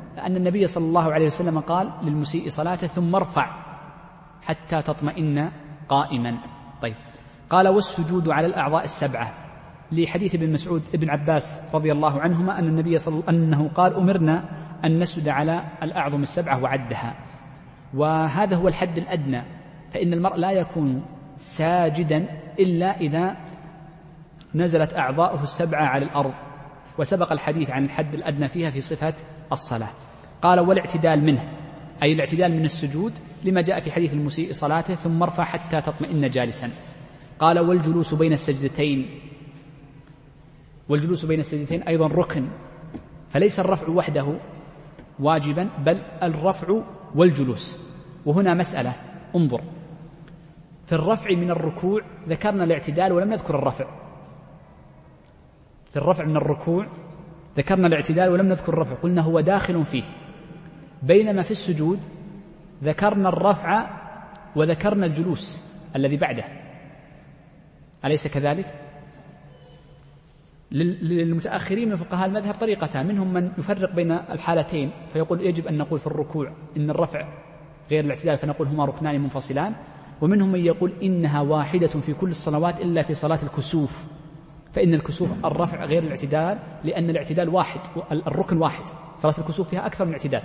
أن النبي صلى الله عليه وسلم قال للمسيء صلاته ثم ارفع حتى تطمئن قائما. طيب، قال والسجود على الأعضاء السبعة لحديث ابن مسعود ابن عباس رضي الله عنهما أن النبي صلى الله عليه وسلم أنه قال أمرنا أن نسجد على الأعظم السبعة وعدها، وهذا هو الحد الأدنى، فإن المرء لا يكون ساجدا إلا إذا نزلت أعضاؤه السبعة على الأرض، وسبق الحديث عن الحد الأدنى فيها في صفة الصلاة. قال والاعتدال منه، أي الاعتدال من السجود، لما جاء في حديث المسيء صلاته ثم ارفع حتى تطمئن جالسا. قال والجلوس بين السجدتين، والجلوس بين السجدتين أيضا ركن، فليس الرفع وحده واجبا بل الرفع والجلوس. وهنا مسألة، انظر، في الرفع من الركوع ذكرنا الاعتدال ولم نذكر الرفع. في الرفع من الركوع ذكرنا الاعتدال ولم نذكر الرفع، قلنا هو داخل فيه، بينما في السجود ذكرنا الرفع وذكرنا الجلوس الذي بعده، أليس كذلك؟ للمتأخرين من فقهاء المذهب طريقتان، منهم من يفرق بين الحالتين فيقول يجب أن نقول في الركوع إن الرفع غير الاعتدال فنقول هما ركنان منفصلان، ومنهم من يقول إنها واحدة في كل الصلوات إلا في صلاة الكسوف، فإن الكسوف الرفع غير الاعتدال، لأن الاعتدال واحد، الركن واحد، صلاة الكسوف فيها أكثر من اعتدال،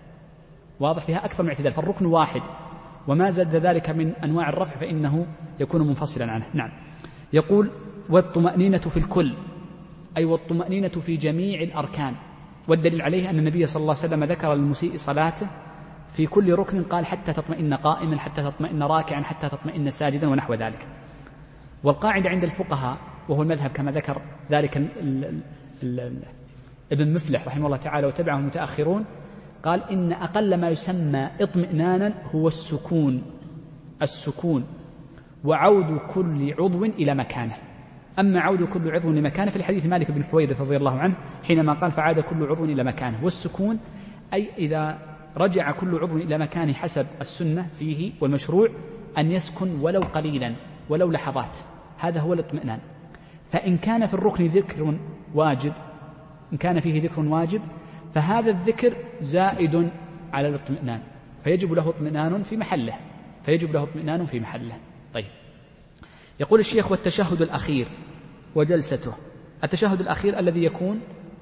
واضح، فيها أكثر من اعتدال، فالركن واحد، وما زاد ذلك من أنواع الرفع فإنه يكون منفصلا عنه. نعم. يقول والطمأنينة في الكل، أي والطمأنينة في جميع الأركان، والدليل عليه أن النبي صلى الله عليه وسلم ذكر للمسيء صلاته في كل ركن قال حتى تطمئن قائما، حتى تطمئن راكعا، حتى تطمئن ساجدا، ونحو ذلك. والقاعدة عند الفقهاء، وهو المذهب كما ذكر ذلك ال ال ال ابن مفلح رحمه الله تعالى وتبعه المتأخرون، قال إن أقل ما يسمى اطمئنانا هو السكون، السكون وعود كل عضو إلى مكانه. أما عود كل عضو لمكانه فلحديث مالك بن حويرث رضي الله عنه حينما قال فعاد كل عضو إلى مكانه. والسكون أي إذا رجع كل عضو إلى مكانه حسب السنة فيه والمشروع أن يسكن ولو قليلا ولو لحظات، هذا هو الاطمئنان. فإن كان في الركن ذكر واجب، إن كان فيه ذكر واجب فهذا الذكر زائد على الاطمئنان، فيجب له اطمئنان في محله، فيجب له اطمئنان في محله. طيب، يقول الشيخ والتشهد الأخير وجلسته. التشهد الأخير الذي يكون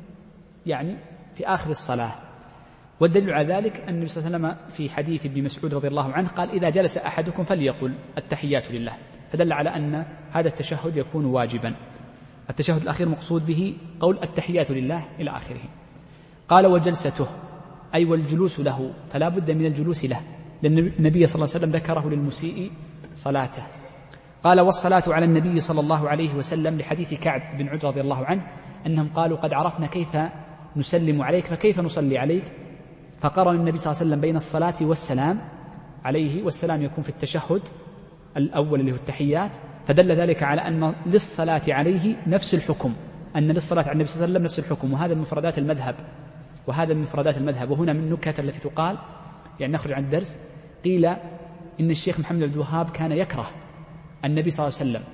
يعني في آخر الصلاة، والدليل على ذلك أن النبي صلى الله عليه وسلم في حديث ابن مسعود رضي الله عنه قال إذا جلس أحدكم فليقل التحيات لله، فدل على أن هذا التشهد يكون واجبا. التشهد الأخير مقصود به قول التحيات لله إلى آخره. قال وجلسته أي والجلوس له، فلا بد من الجلوس له، لأن النبي صلى الله عليه وسلم ذكره للمسيء صلاته. قال والصلاة على النبي صلى الله عليه وسلم لحديث كعب بن عجرة رضي الله عنه أنهم قالوا قد عرفنا كيف نسلم عليك فكيف نصلي عليك، فقرن النبي صلى الله عليه وسلم بين الصلاة والسلام عليه، والسلام يكون في التشهد الأول اللي هو التحيات، فدل ذلك على أن للصلاة عليه نفس الحكم، أن للصلاة على النبي صلى الله عليه وسلم نفس الحكم، وهذا من مفردات المذهب، وهذا من مفردات المذهب. وهنا من النكت التي تقال، يعني نخرج عن الدرس، قيل إن الشيخ محمد عبد الوهاب كان يكره النبي صلى الله عليه وسلم.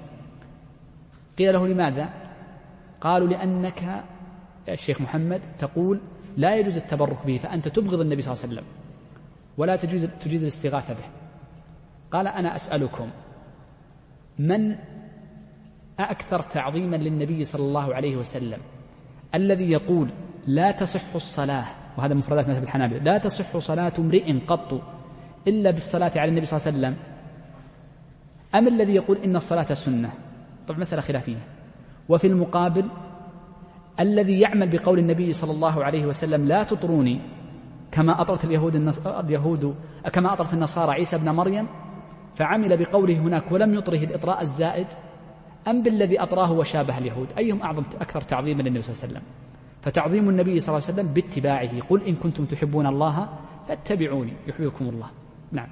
قيل له لماذا؟ قالوا لأنك يا الشيخ محمد تقول لا يجوز التبرك به، فأنت تبغض النبي صلى الله عليه وسلم ولا تجوز, تجوز الاستغاثة به. قال أنا أسألكم من أكثر تعظيما للنبي صلى الله عليه وسلم، الذي يقول لا تصح الصلاة، وهذا مفردات مذهب الحنابلة، لا تصح صلاة امرئ قط إلا بالصلاة على النبي صلى الله عليه وسلم، أم الذي يقول إن الصلاة سنة؟ طبعا مسألة خلافية. وفي المقابل الذي يعمل بقول النبي صلى الله عليه وسلم لا تطروني كما أطرت اليهود, اليهود كما أطرت النصارى عيسى ابن مريم، فعمل بقوله هناك ولم يطره الإطراء الزائد، أم بالذي أطراه وشابه اليهود؟ أيهم أعظم أكثر تعظيما للنبي صلى الله عليه وسلم؟ فتعظيم النبي صلى الله عليه وسلم باتباعه، قل إن كنتم تحبون الله فاتبعوني يحببكم الله. نعم،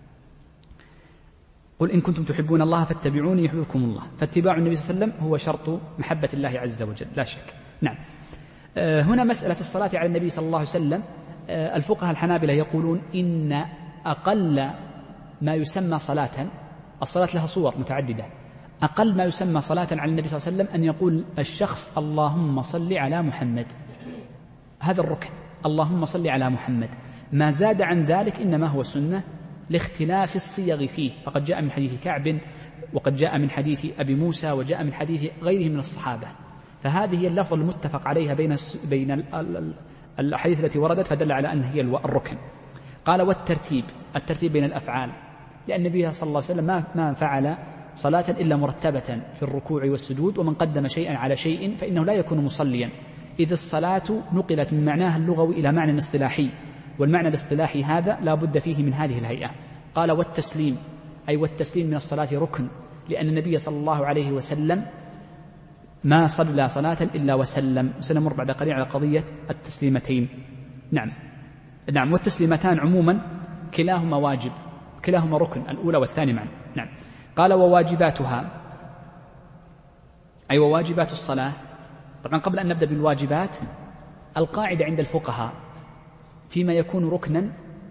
قل إن كنتم تحبون الله فاتبعوني يحببكم الله، فاتباع النبي صلى الله عليه وسلم هو شرط محبة الله عز وجل لا شك. نعم. آه هنا مسألة في الصلاة على النبي صلى الله عليه وسلم. آه الفقهاء الحنابلة يقولون إن أقل ما يسمى صلاة، الصلاة لها صور متعددة، أقل ما يسمى صلاة على النبي صلى الله عليه وسلم أن يقول الشخص اللهم صل على محمد، هذا الركن اللهم صل على محمد، ما زاد عن ذلك إنما هو سنة لاختلاف الصيغ فيه، فقد جاء من حديث كعب، وقد جاء من حديث أبي موسى، وجاء من حديث غيره من الصحابة، فهذه هي اللفظ المتفق عليها بين بين الأحاديث التي وردت، فدل على أنها هي الركن. قال والترتيب، الترتيب بين الأفعال، لأن النبي صلى الله عليه وسلم ما فعل صلاة إلا مرتبة في الركوع والسجود، ومن قدم شيئا على شيء فإنه لا يكون مصليا، إذ الصلاة نقلت من معناها اللغوي إلى معنى اصطلاحي، والمعنى الاصطلاحي هذا لا بد فيه من هذه الهيئة. قال والتسليم، أي والتسليم من الصلاة ركن، لأن النبي صلى الله عليه وسلم ما صلى صلاة إلا وسلم. سنمر بعد قليل على قضية التسليمتين. نعم نعم والتسليمتان عموما كلاهما واجب، كلاهما ركن، الأولى والثاني معا. نعم. قال وواجباتها، أي وواجبات الصلاة. طبعا قبل أن نبدأ بالواجبات، القاعدة عند الفقهاء فيما يكون ركنا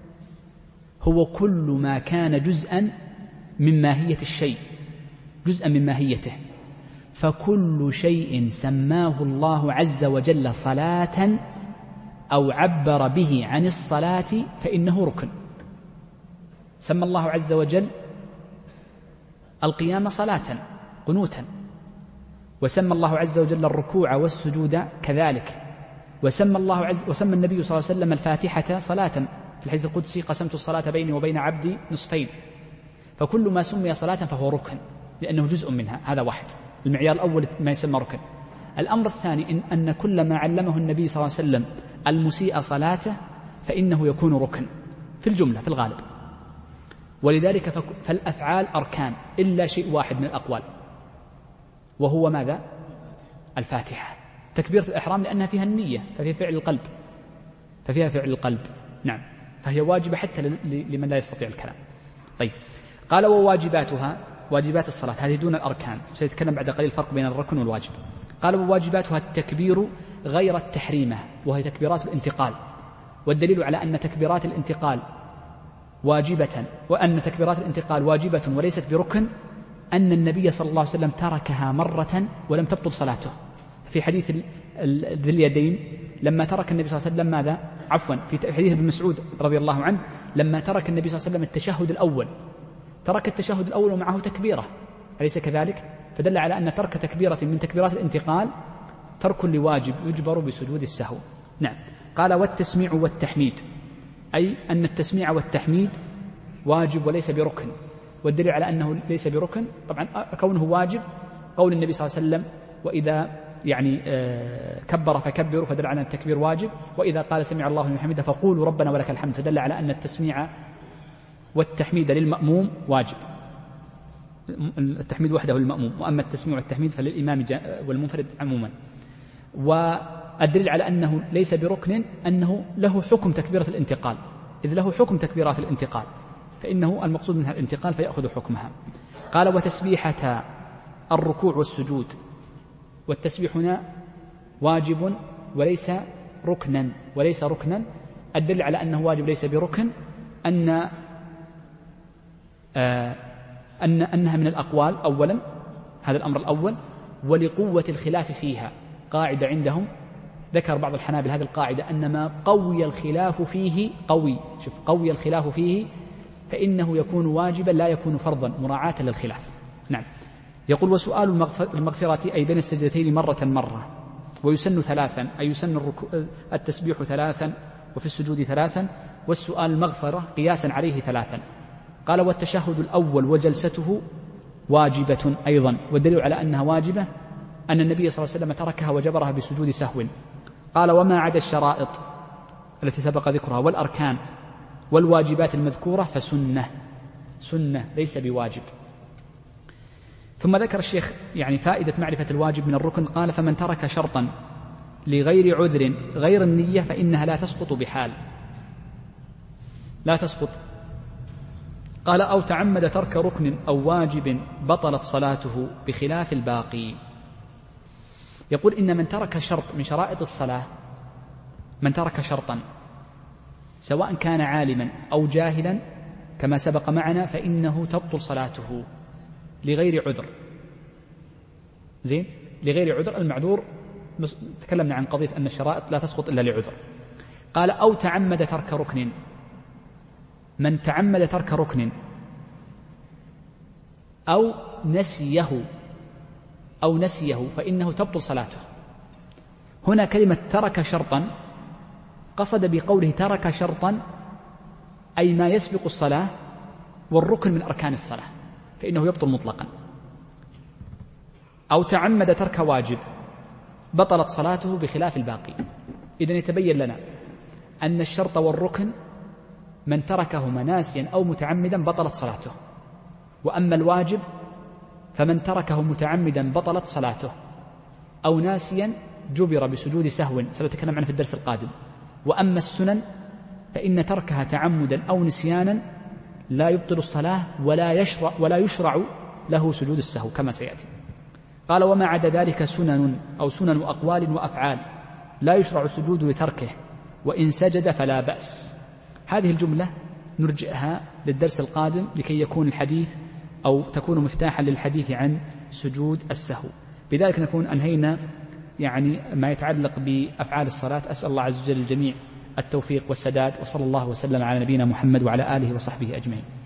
هو كل ما كان جزءا من ماهية الشيء، جزءا من ماهيته، فكل شيء سماه الله عز وجل صلاة أو عبر به عن الصلاة فإنه ركن. سمى الله عز وجل القيام صلاة قنوتا، وسمى الله عز وجل الركوع والسجود كذلك، وسمى الله عز وسمى النبي صلى الله عليه وسلم الفاتحة صلاة في الحديث القدسي: قسمت الصلاة بيني وبين عبدي نصفين. فكل ما سمي صلاة فهو ركن لأنه جزء منها. هذا واحد، المعيار الأول ما يسمى ركن. الأمر الثاني إن, أن كل ما علمه النبي صلى الله عليه وسلم المسيء صلاته فإنه يكون ركن في الجملة في الغالب. ولذلك فالأفعال أركان إلا شيء واحد من الأقوال، وهو ماذا؟ الفاتحة، تكبيرة الإحرام، لأنها فيها النية، ففيها فعل القلب، ففيها فعل القلب. نعم، فهي واجبة حتى لمن لا يستطيع الكلام. طيب، قال وواجباتها، واجبات الصلاة هذه دون الأركان، سيتكلم بعد قليل الفرق بين الركن والواجب. قال وواجباتها التكبير غير التحريمة، وهي تكبيرات الانتقال. والدليل على أن تكبيرات الانتقال واجبة، وأن تكبيرات الانتقال واجبة وليست بركن، أن النبي صلى الله عليه وسلم تركها مرة ولم تبطل صلاته. في حديث ذي اليدين لما ترك النبي صلى الله عليه وسلم ماذا؟ عفوا في حديث ابن مسعود رضي الله عنه لما ترك النبي صلى الله عليه وسلم التشهد الأول، ترك التشهد الأول ومعه تكبيرة، أليس كذلك؟ فدل على أن ترك تكبيرة من تكبيرات الانتقال ترك لواجب يجبر بسجود السهو. نعم. قال والتسميع والتحميد، أي أن التسميع والتحميد واجب وليس بركن. والدليل على أنه ليس بركن طبعا كونه واجب قول النبي صلى الله عليه وسلم: وإذا يعني كبر فكبروا، فدل على أن التكبير واجب، وإذا قال سمع الله لمن حمده فقولوا ربنا ولك الحمد، فدل على أن التسميع والتحميد للمأموم واجب، التحميد وحده للمأموم، وأما التسميع والتحميد فللإمام والمنفرد عموما. والدليل على أنه ليس بركن أنه له حكم تكبيرة الانتقال، إذ له حكم تكبيرات الانتقال، فإنه المقصود منها الانتقال فيأخذ حكمها. قال وتسبيحة الركوع والسجود، والتسبيح هنا واجب وليس ركنا، وليس ركنا. الدليل على أنه واجب ليس بركن أن آه أن أنها من الأقوال أولا، هذا الأمر الأول، ولقوة الخلاف فيها. قاعدة عندهم ذكر بعض الحنابل هذه القاعدة: أن ما قوي الخلاف فيه قوي، شوف قوي الخلاف فيه فإنه يكون واجبا لا يكون فرضا مراعاة للخلاف. نعم. يقول وسؤال المغفرة أي بين السجدتين مرة مرة، ويسن ثلاثا، أي يسن التسبيح ثلاثا وفي السجود ثلاثا، والسؤال المغفرة قياسا عليه ثلاثا. قال والتشهد الأول وجلسته واجبة أيضا، والدليل على أنها واجبة أن النبي صلى الله عليه وسلم تركها وجبرها بسجود سهو. قال وما عدا الشرائط التي سبق ذكرها والأركان والواجبات المذكورة فسنة، سنة ليس بواجب. ثم ذكر الشيخ يعني فائدة معرفة الواجب من الركن. قال فمن ترك شرطا لغير عذر غير النية فإنها لا تسقط بحال، لا تسقط. قال أو تعمد ترك ركن أو واجب بطلت صلاته بخلاف الباقي. يقول إن من ترك شرط من شرائط الصلاة، من ترك شرطا سواء كان عالما أو جاهلا كما سبق معنا فإنه تبطل صلاته لغير عذر. زين، لغير عذر، المعذور تكلمنا عن قضية أن الشرائط لا تسقط إلا لعذر. قال أو تعمد ترك ركن، من تعمد ترك ركن أو نسيه أو نسيه فإنه تبطل صلاته. هنا كلمة ترك شرطا قصد بقوله ترك شرطا أي ما يسبق الصلاة والركن من أركان الصلاة فإنه يبطل مطلقا. أو تعمد ترك واجب بطلت صلاته بخلاف الباقي. إذن يتبين لنا أن الشرط والركن من تركهما ناسيا أو متعمدا بطلت صلاته، وأما الواجب فمن تركه متعمدا بطلت صلاته أو ناسيا جبر بسجود سهو، سنتكلم عنه في الدرس القادم. وأما السنن فإن تركها تعمدا أو نسيانا لا يبطل الصلاة ولا يشرع, ولا يشرع له سجود السهو كما سيأتي. قال وما عدا ذلك سنن أو سنن أقوال وأفعال لا يشرع السجود لتركه، وإن سجد فلا بأس. هذه الجملة نرجئها للدرس القادم لكي يكون الحديث أو تكون مفتاحا للحديث عن سجود السهو. بذلك نكون أنهينا يعني ما يتعلق بأفعال الصلاة. أسأل الله عز وجل الجميع التوفيق والسداد، وصلى الله وسلم على نبينا محمد وعلى آله وصحبه أجمعين.